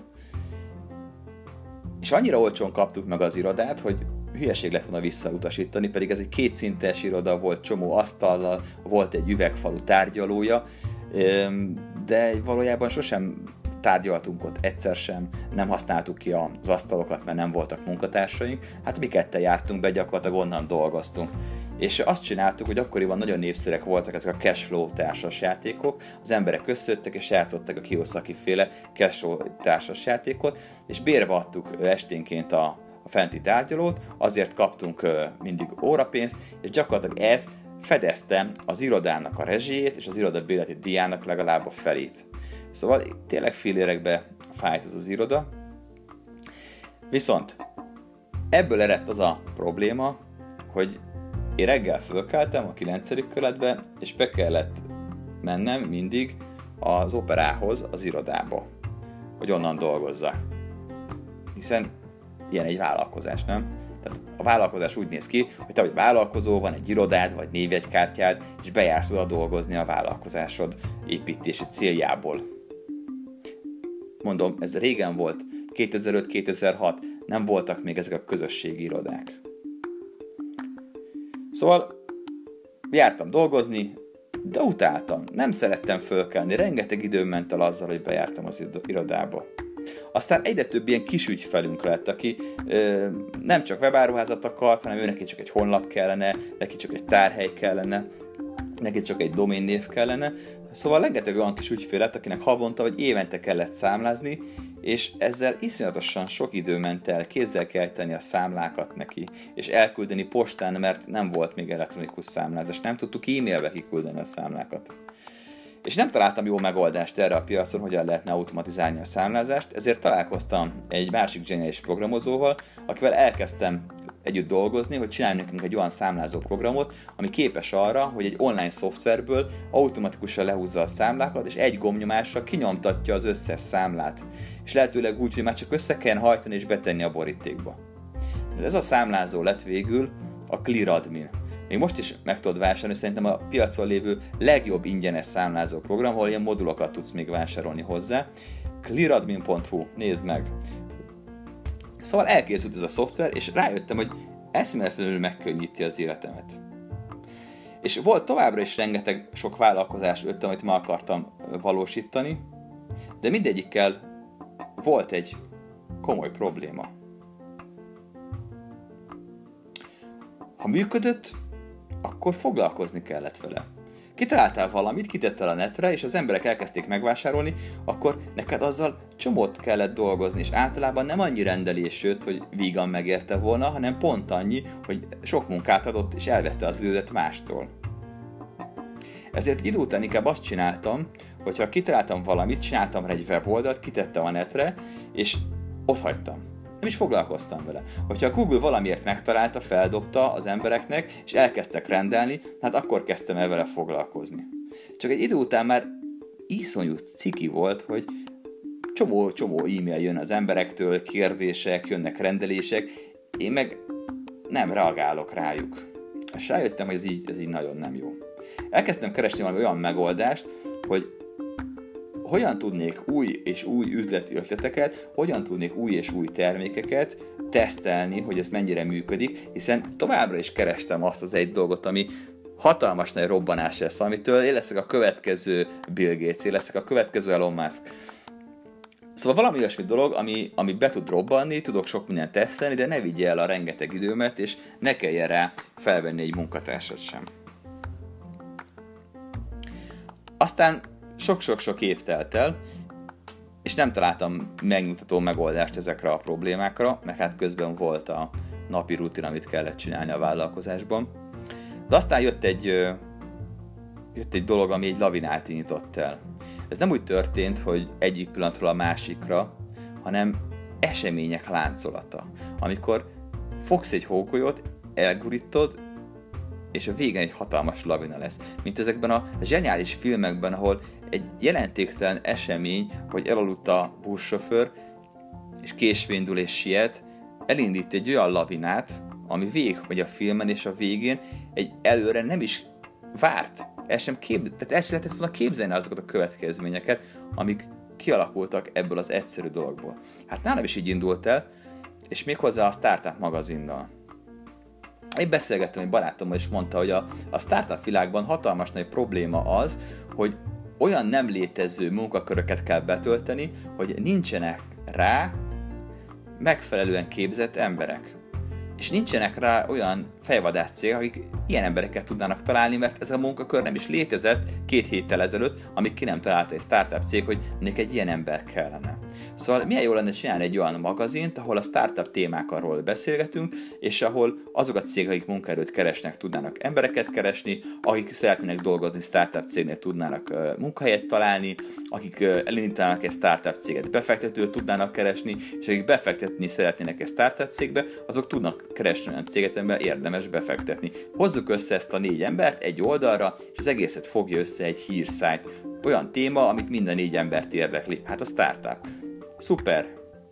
És annyira olcsón kaptuk meg az irodát, hogy hülyeség lett volna visszautasítani, pedig ez egy kétszintes iroda volt, csomó asztallal, volt egy üvegfalú tárgyalója, de valójában sosem tárgyaltunk ott, egyszer sem, nem használtuk ki az asztalokat, mert nem voltak munkatársaink, hát mi ketten jártunk be, gyakorlatilag onnan dolgoztunk. És azt csináltuk, hogy akkoriban nagyon népszerűek voltak ezek a cashflow társasjátékok, az emberek összejöttek és játszottak a Kiyosaki féle cashflow társasjátékot, és bérbe adtuk esténként a a fenti tárgyalót, azért kaptunk mindig órapénzt, és gyakorlatilag ez fedezte az irodának a rezsijét, és az iroda bérleti díjának legalább a felét. Szóval tényleg fillérekbe fájt az az iroda. Viszont ebből eredt az a probléma, hogy én reggel fölkeltem a kilencedik kerületbe, és be kellett mennem mindig az operához, az irodába, hogy onnan dolgozzak. Hiszen ilyen egy vállalkozás, nem? Tehát a vállalkozás úgy néz ki, hogy te vagy vállalkozó, van egy irodád, vagy névjegykártyád, és bejársz oda dolgozni a vállalkozásod építési céljából. Mondom, ez régen volt, kétezer-öt kétezer-hat, nem voltak még ezek a közösségi irodák. Szóval jártam dolgozni, de utáltam, nem szerettem fölkelni, rengeteg időm ment el azzal, hogy bejártam az irodába. Aztán egyre több ilyen kis ügyfelünk lett, aki ö, nem csak webáruházat akart, hanem ő neki csak egy honlap kellene, neki csak egy tárhely kellene, neki csak egy doménnév kellene. Szóval rengeteg olyan kis ügyfél lett, akinek havonta vagy évente kellett számlázni, és ezzel iszonyatosan sok idő ment el, kézzel kell tenni a számlákat neki, és elküldeni postán, mert nem volt még elektronikus számlázás, nem tudtuk e-mailbe kiküldeni a számlákat. És nem találtam jó megoldást erre a piacon, hogyan lehetne automatizálni a számlázást, ezért találkoztam egy másik zseniális programozóval, akivel elkezdtem együtt dolgozni, hogy csinálj nekünk egy olyan számlázó programot, ami képes arra, hogy egy online szoftverből automatikusan lehúzza a számlákat, és egy gombnyomásra kinyomtatja az összes számlát. És lehetőleg úgy, hogy már csak össze kell hajtani és betenni a borítékba. De ez a számlázó lett végül a ClearAdmin. Még most is meg tudod vásárolni, szerintem a piacon lévő legjobb ingyenes számlázó program, ahol ilyen modulokat tudsz még vásárolni hozzá. clearadmin pont hu, nézd meg! Szóval elkészült ez a szoftver, és rájöttem, hogy eszméletlenül megkönnyíti az életemet. És volt továbbra is rengeteg sok vállalkozás öttem, amit ma akartam valósítani, de mindegyikkel volt egy komoly probléma. Ha működött, akkor foglalkozni kellett vele. Kitaláltál valamit, kitettél a netre, és az emberek elkezdték megvásárolni, akkor neked azzal csomót kellett dolgozni, és általában nem annyi rendelés jött, hogy vígan megérte volna, hanem pont annyi, hogy sok munkát adott, és elvette az idődet mástól. Ezért idő után inkább azt csináltam, hogyha kitaláltam valamit, csináltam rá egy weboldalt, kitettem a netre, és ott hagytam. Nem is foglalkoztam vele. Hogyha a Google valamiért megtalálta, feldobta az embereknek, és elkezdtek rendelni, hát akkor kezdtem el vele foglalkozni. Csak egy idő után már iszonyú ciki volt, hogy csomó-csomó e-mail jön az emberektől, kérdések, jönnek rendelések, én meg nem reagálok rájuk. És rájöttem, hogy ez így, ez így nagyon nem jó. Elkezdtem keresni valami olyan megoldást, hogy hogyan tudnék új és új üzleti ötleteket, hogyan tudnék új és új termékeket tesztelni, hogy ez mennyire működik, hiszen továbbra is kerestem azt az egy dolgot, ami hatalmas nagy robbanás lesz, amitől én leszek a következő Bill Gates, én leszek a következő Elon Musk. Szóval valami olyasmi dolog, ami, ami be tud robbanni, tudok sok mindent tesztelni, de ne vigye el a rengeteg időmet, és ne kelljen rá felvenni egy munkatársat sem. Aztán sok-sok-sok év telt el, és nem találtam megnyugtató megoldást ezekre a problémákra, mert hát közben volt a napi rutin, amit kellett csinálni a vállalkozásban. De aztán jött egy, jött egy dolog, ami egy lavinát indított el. Ez nem úgy történt, hogy egyik pillanatról a másikra, hanem események láncolata. Amikor fogsz egy hógolyót, elgurítod, és a végén egy hatalmas lavina lesz. Mint ezekben a zseniális filmekben, ahol egy jelentéktelen esemény, hogy elaludt a buszsofőr, és késvéndul és siet, elindít egy olyan lavinát, ami végigmegy a filmen, és a végén egy előre nem is várt, el sem kép... tehát el sem lehetett volna képzelni azokat a következményeket, amik kialakultak ebből az egyszerű dologból. Hát nálam is így indult el, és méghozzá a Startup magazinnal. Én beszélgettem egy barátommal, és mondta, hogy a, a startup világban hatalmas nagy probléma az, hogy olyan nem létező munkaköröket kell betölteni, hogy nincsenek rá megfelelően képzett emberek. És nincsenek rá olyan fejvadász cégek, akik ilyen embereket tudnának találni, mert ez a munkakör nem is létezett két héttel ezelőtt, amíg ki nem találta egy startup cég, hogy neki egy ilyen ember kellene. Szóval milyen jó lenne csinálni egy olyan magazint, ahol a startup témákról beszélgetünk, és ahol azok a cégek, akik munkaerőt keresnek, tudnának embereket keresni, akik szeretnének dolgozni startup cégnél, tudnának uh, munkahelyet találni, akik uh, elindítanak egy startup céget, befektetőt tudnának keresni, és akik befektetni szeretnének egy startup cégbe, azok tudnak keresni olyan céget, amiben érdemes befektetni. Hozzuk össze ezt a négy embert egy oldalra, és az egészet fogja össze egy hírszájt. Olyan téma, amit minden négy embert érdekli. Hát a startup. Szuper!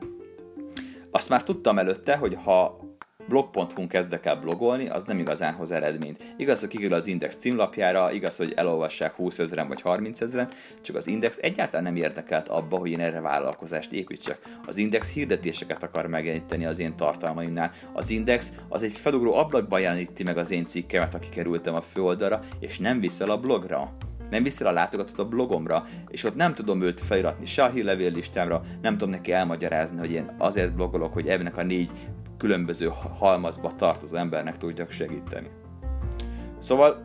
Azt már tudtam előtte, hogy ha blog pont hu-n kezdek el blogolni, az nem igazán hoz eredményt. Igaz, hogy kikerül az Index címlapjára, igaz, hogy elolvassák húszezren vagy harmincezren, csak az Index egyáltalán nem érdekelt abba, hogy én erre vállalkozást építsek. Az Index hirdetéseket akar megjeleníteni az én tartalmaimnál. Az Index az egy felugró ablakban jeleníti meg az én cikkemet, aki kerültem a főoldalra, és nem viszel a blogra. nem viszi a látogatót a blogomra, és ott nem tudom őt feliratni se a hírlevél listámra, nem tudom neki elmagyarázni, hogy én azért blogolok, hogy ennek a négy különböző halmazba tartozó embernek tudjak segíteni. Szóval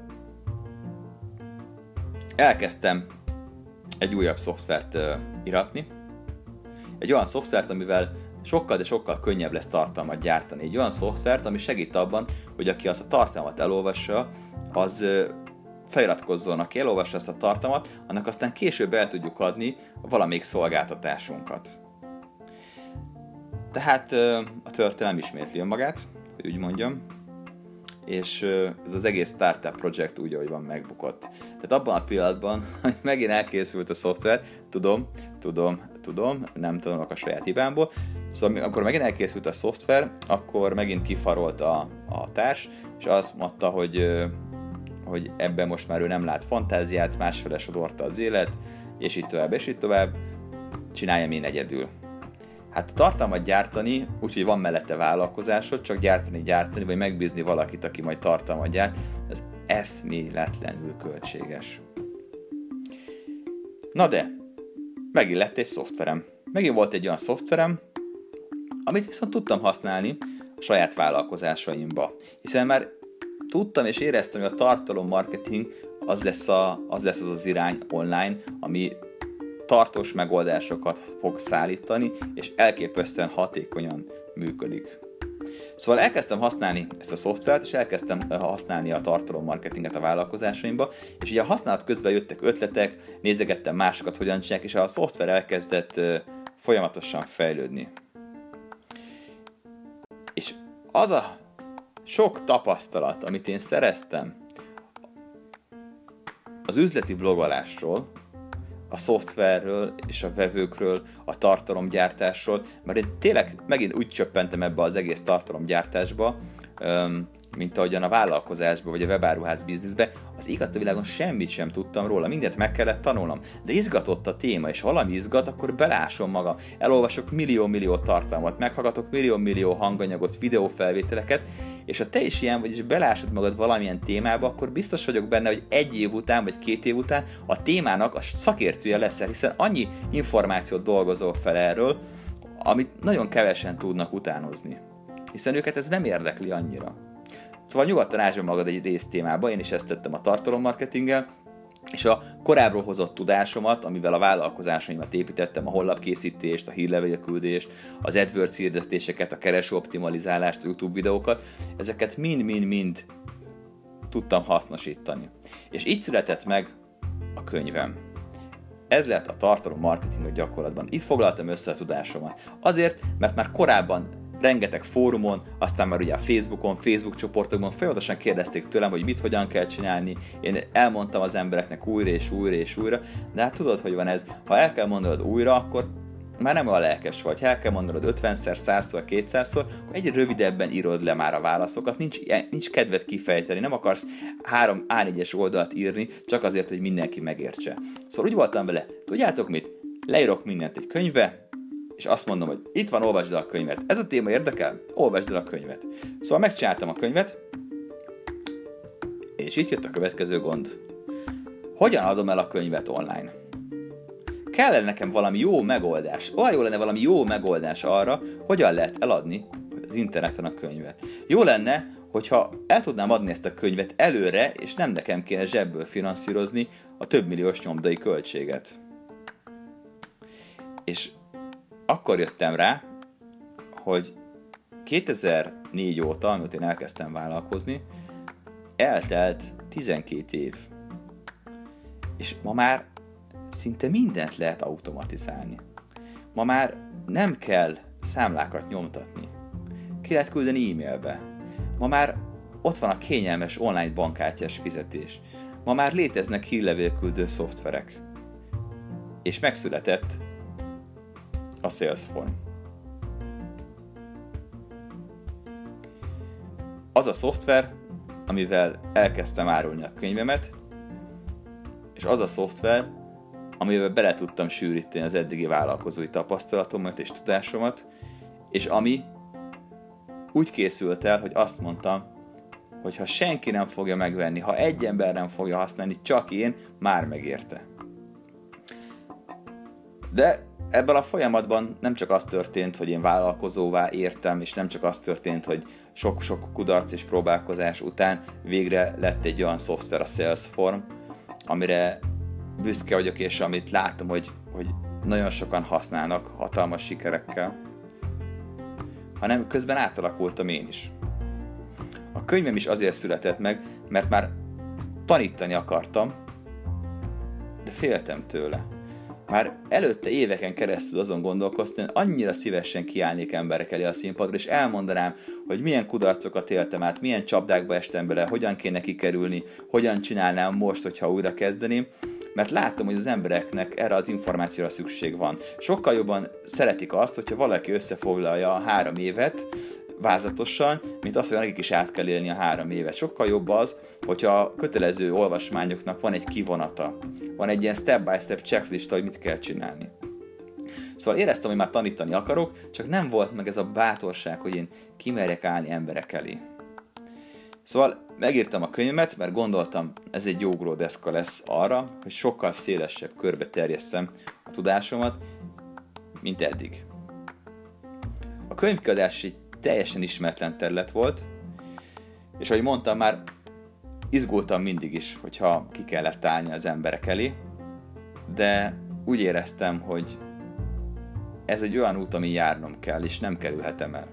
elkezdtem egy újabb szoftvert uh, iratni, egy olyan szoftvert, amivel sokkal, de sokkal könnyebb lesz tartalmat gyártani. Egy olyan szoftvert, ami segít abban, hogy aki azt a tartalmat elolvassa, az uh, feliratkozzon, aki elolvassa ezt a tartalmat, annak aztán később el tudjuk adni valamelyik szolgáltatásunkat. Tehát uh, a történelem ismétli önmagát, hogy úgy mondjam, és ez az egész startup projekt úgy, ahogy van, megbukott. Tehát abban a pillanatban, hogy megint elkészült a szoftver, tudom, tudom, tudom, nem tanulok a saját hibámból, szóval amikor megint elkészült a szoftver, akkor megint kifarolt a, a társ, és azt mondta, hogy, hogy ebben most már ő nem lát fantáziát, másfele sodorta az élet, és így tovább, és így tovább, csináljam én egyedül. Hát tartalmat gyártani, úgyhogy van mellette vállalkozásod, csak gyártani, gyártani, vagy megbízni valakit, aki majd tartalmat gyárt, ez eszméletlenül költséges. Na de, megint lett egy szoftverem. Megint volt egy olyan szoftverem, amit viszont tudtam használni a saját vállalkozásaimba. Hiszen már tudtam és éreztem, hogy a tartalommarketing az lesz, a, az lesz az az irány online, ami tartós megoldásokat fog szállítani, és elképesztően hatékonyan működik. Szóval elkezdtem használni ezt a szoftvert, és elkezdtem használni a tartalommarketinget a vállalkozásaimba, és ugye a használat közben jöttek ötletek, nézegettem másokat, hogyan csinálják, és a szoftver elkezdett folyamatosan fejlődni. És az a sok tapasztalat, amit én szereztem az üzleti blogolásról, a szoftverről és a vevőkről, a tartalomgyártásról, mert én tényleg megint úgy csöppentem ebbe az egész tartalomgyártásba, mint ahogyan a vállalkozásba vagy a webáruház bizniszbe, az igaz a világon semmit sem tudtam róla, mindent meg kellett tanulnom, de izgatott a téma, és ha valami izgat, akkor belásom magam, elolvasok millió-millió tartalmat, meghallgatok millió-millió hanganyagot, videófelvételeket, és ha te is ilyen vagy, és belásod magad valamilyen témába, akkor biztos vagyok benne, hogy egy év után, vagy két év után a témának a szakértője leszel, hiszen annyi információt dolgozol fel erről, amit nagyon kevesen tudnak utánozni, hiszen őket ez nem érdekli annyira. Szóval nyugodtan ásd magad egy résztémába, én is ezt tettem a tartalommarketinggel, és a korábbról hozott tudásomat, amivel a vállalkozásaimat építettem, a honlapkészítést, a hírlevélküldést, az AdWords hirdetéseket, a kereső optimalizálást, a YouTube videókat, ezeket mind-mind-mind tudtam hasznosítani. És így született meg a könyvem. Ez lett a tartalommarketing a gyakorlatban. Itt foglaltam össze a tudásomat. Azért, mert már korábban rengeteg fórumon, aztán már ugye a Facebookon, Facebook csoportokban folyamatosan kérdezték tőlem, hogy mit, hogyan kell csinálni. Én elmondtam az embereknek újra és újra és újra, de hát tudod, hogy van ez. Ha el kell mondanod újra, akkor már nem olyan lelkes vagy. Ha el kell mondanod ötvenszer, százszor, kétszázszor, akkor egyre rövidebben írod le már a válaszokat. Nincs, nincs kedved kifejteni, nem akarsz három á négyes oldalt írni, csak azért, hogy mindenki megértse. Szóval úgy voltam vele, tudjátok mit? Leírok mindent egy könyvbe, és azt mondom, hogy itt van, olvasd el a könyvet. Ez a téma érdekel? Olvasd el a könyvet. Szóval megcsináltam a könyvet, és itt jött a következő gond. Hogyan adom el a könyvet online? Kellene nekem valami jó megoldás. Olyan jó lenne valami jó megoldás arra, hogyan lehet eladni az interneten a könyvet. Jó lenne, hogyha el tudnám adni ezt a könyvet előre, és nem nekem kéne zsebből finanszírozni a többmilliós nyomdai költséget. És akkor jöttem rá, hogy kétezer-négy óta, amikor én elkezdtem vállalkozni, eltelt tizenkét év. És ma már szinte mindent lehet automatizálni. Ma már nem kell számlákat nyomtatni. Ki lehet küldeni e-mailbe. Ma már ott van a kényelmes online bankkártyás fizetés. Ma már léteznek hírlevélküldő szoftverek. És megszületett a Salesforce. Az a szoftver, amivel elkezdtem árulni a könyvemet, és az a szoftver, amivel bele tudtam sűríteni az eddigi vállalkozói tapasztalatomat és tudásomat, és ami úgy készült el, hogy azt mondtam, hogy ha senki nem fogja megvenni, ha egy ember nem fogja használni, csak én, már megérte. De ebben a folyamatban nem csak az történt, hogy én vállalkozóvá értem, és nem csak az történt, hogy sok-sok kudarc és próbálkozás után végre lett egy olyan szoftver, a Salesforce, amire büszke vagyok, és amit látom, hogy, hogy nagyon sokan használnak hatalmas sikerekkel, hanem közben átalakultam én is. A könyvem is azért született meg, mert már tanítani akartam, de féltem tőle. Már előtte éveken keresztül azon gondolkoztam, hogy annyira szívesen kiállnék emberek elé a színpadra, és elmondanám, hogy milyen kudarcokat éltem át, milyen csapdákba estem bele, hogyan kéne kikerülni, hogyan csinálnám most, hogyha újra kezdeném, mert látom, hogy az embereknek erre az információra szükség van. Sokkal jobban szeretik azt, hogyha valaki összefoglalja a három évet vázlatosan, mint azt, hogy nekik is át kell élni a három évet. Sokkal jobb az, hogyha a kötelező olvasmányoknak van egy kivonata, van egy ilyen step-by-step checklista, hogy mit kell csinálni. Szóval éreztem, hogy már tanítani akarok, csak nem volt meg ez a bátorság, hogy én kimerjek állni emberek elé. Szóval megírtam a könyvemet, mert gondoltam, ez egy jó ugródeszka lesz arra, hogy sokkal szélesebb körbe terjesszem a tudásomat, mint eddig. A könyvkiadás egy teljesen ismeretlen terület volt, és ahogy mondtam, már izgultam mindig is, hogyha ki kellett állni az emberek elé, de úgy éreztem, hogy ez egy olyan út, ami járnom kell, és nem kerülhetem el.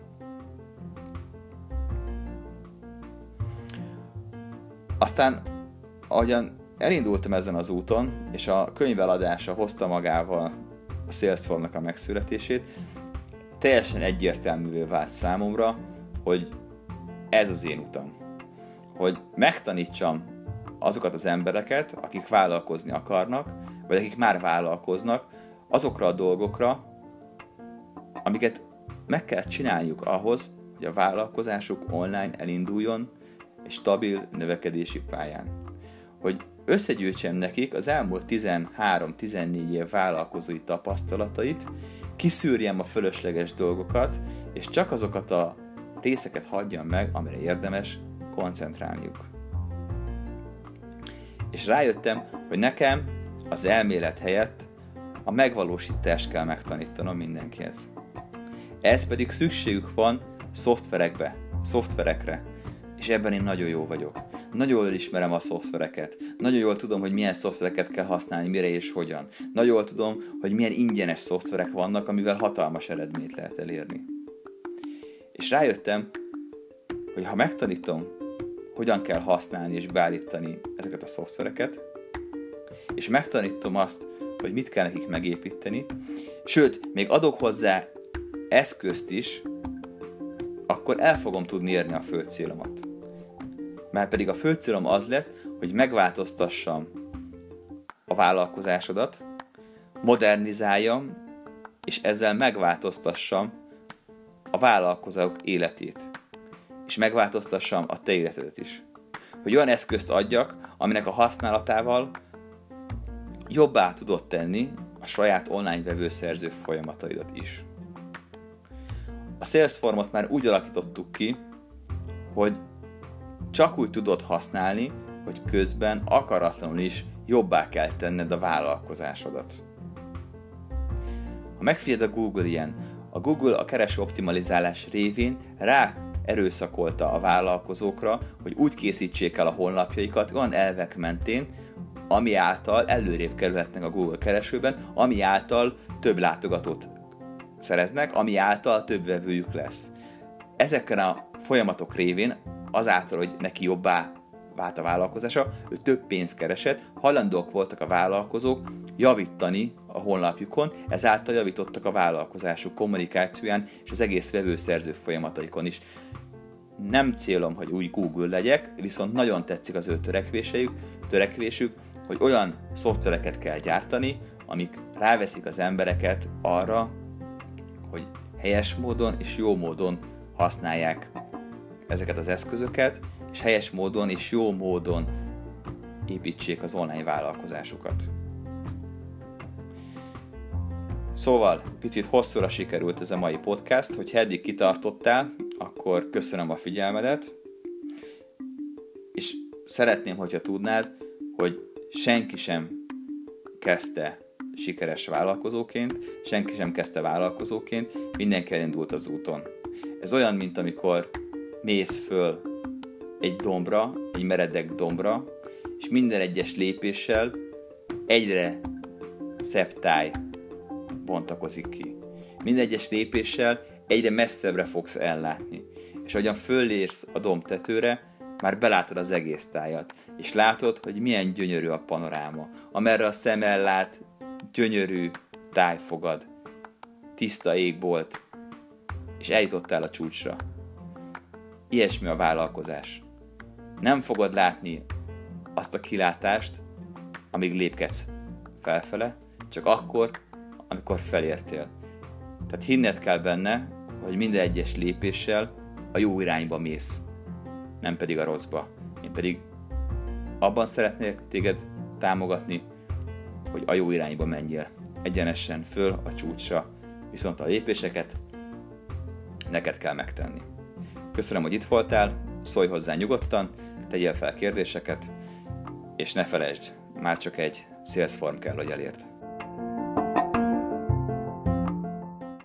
Aztán, ahogyan elindultam ezen az úton, és a könyv eladása hozta magával a Salesforce-nak a megszületését, teljesen egyértelművé vált számomra, hogy ez az én utam. Hogy megtanítsam azokat az embereket, akik vállalkozni akarnak, vagy akik már vállalkoznak, azokra a dolgokra, amiket meg kell csináljuk ahhoz, hogy a vállalkozásuk online elinduljon egy stabil növekedési pályán. Hogy összegyűjtsem nekik az elmúlt tizenhárom-tizennégy év vállalkozói tapasztalatait, kiszűrjem a fölösleges dolgokat, és csak azokat a részeket hagyjam meg, amire érdemes koncentrálniuk. És rájöttem, hogy nekem az elmélet helyett a megvalósítást kell megtanítanom mindenkihez. Ez pedig szükségük van szoftverekbe, szoftverekre, és ebben én nagyon jó vagyok. Nagyon jól ismerem a szoftvereket. Nagyon jól tudom, hogy milyen szoftvereket kell használni, mire és hogyan. Nagyon jól tudom, hogy milyen ingyenes szoftverek vannak, amivel hatalmas eredményt lehet elérni. És rájöttem, hogy ha megtanítom, hogyan kell használni és beállítani ezeket a szoftvereket, és megtanítom azt, hogy mit kell nekik megépíteni, sőt, még adok hozzá eszközt is, akkor el fogom tudni érni a fő célomat. Már pedig a fő célom az lett, hogy megváltoztassam a vállalkozásodat, modernizáljam, és ezzel megváltoztassam a vállalkozók életét. És megváltoztassam a te életedet is. Hogy olyan eszközt adjak, aminek a használatával jobbá tudod tenni a saját online vevőszerző folyamataidat is. A Salesforce-ot már úgy alakítottuk ki, hogy csak úgy tudod használni, hogy közben akaratlanul is jobbá kell tenned a vállalkozásodat. Ha megfigyeld a Google ilyen, a Google a kereső optimalizálás révén rá erőszakolta a vállalkozókra, hogy úgy készítsék el a honlapjaikat olyan elvek mentén, ami által előrébb kerülhetnek a Google keresőben, ami által több látogatót szereznek, ami által több vevőjük lesz. Ezeken a folyamatok révén, azáltal, hogy neki jobbá vált a vállalkozása, ő több pénzt keresett, hajlandók voltak a vállalkozók javítani a honlapjukon, ezáltal javítottak a vállalkozásuk kommunikációján és az egész vevőszerző folyamataikon is. Nem célom, hogy új Google legyek, viszont nagyon tetszik az ő törekvésük, törekvésük, hogy olyan szoftvereket kell gyártani, amik ráveszik az embereket arra, hogy helyes módon és jó módon használják ezeket az eszközöket, és helyes módon és jó módon építsék az online vállalkozásukat. Szóval, picit hosszúra sikerült ez a mai podcast, hogyha eddig kitartottál, akkor köszönöm a figyelmedet. szeretném, hogyha tudnád, hogy senki sem kezdte sikeres vállalkozóként, senki sem kezdte vállalkozóként, mindenki elindult az úton. Ez olyan, mint amikor mész föl egy dombra, egy meredek dombra, és minden egyes lépéssel egyre szebb táj bontakozik ki. Minden egyes lépéssel egyre messzebbre fogsz ellátni. És ahogyan föllérsz a domb tetőre, már belátod az egész tájat, és látod, hogy milyen gyönyörű a panoráma, amerre a szem ellát, gyönyörű tájfogad, tiszta égbolt, és eljutottál a csúcsra. Ilyesmi a vállalkozás. Nem fogod látni azt a kilátást, amíg lépkedsz felfele, csak akkor, amikor felértél. Tehát hinned kell benne, hogy minden egyes lépéssel a jó irányba mész, nem pedig a rosszba. Én pedig abban szeretnék téged támogatni, hogy a jó irányba menjél. Egyenesen föl a csúcsra, viszont a lépéseket neked kell megtenni. Köszönöm, hogy itt voltál, szólj hozzá nyugodtan, tegyél fel kérdéseket, és ne felejtsd, már csak egy sales form kell, hogy elérd.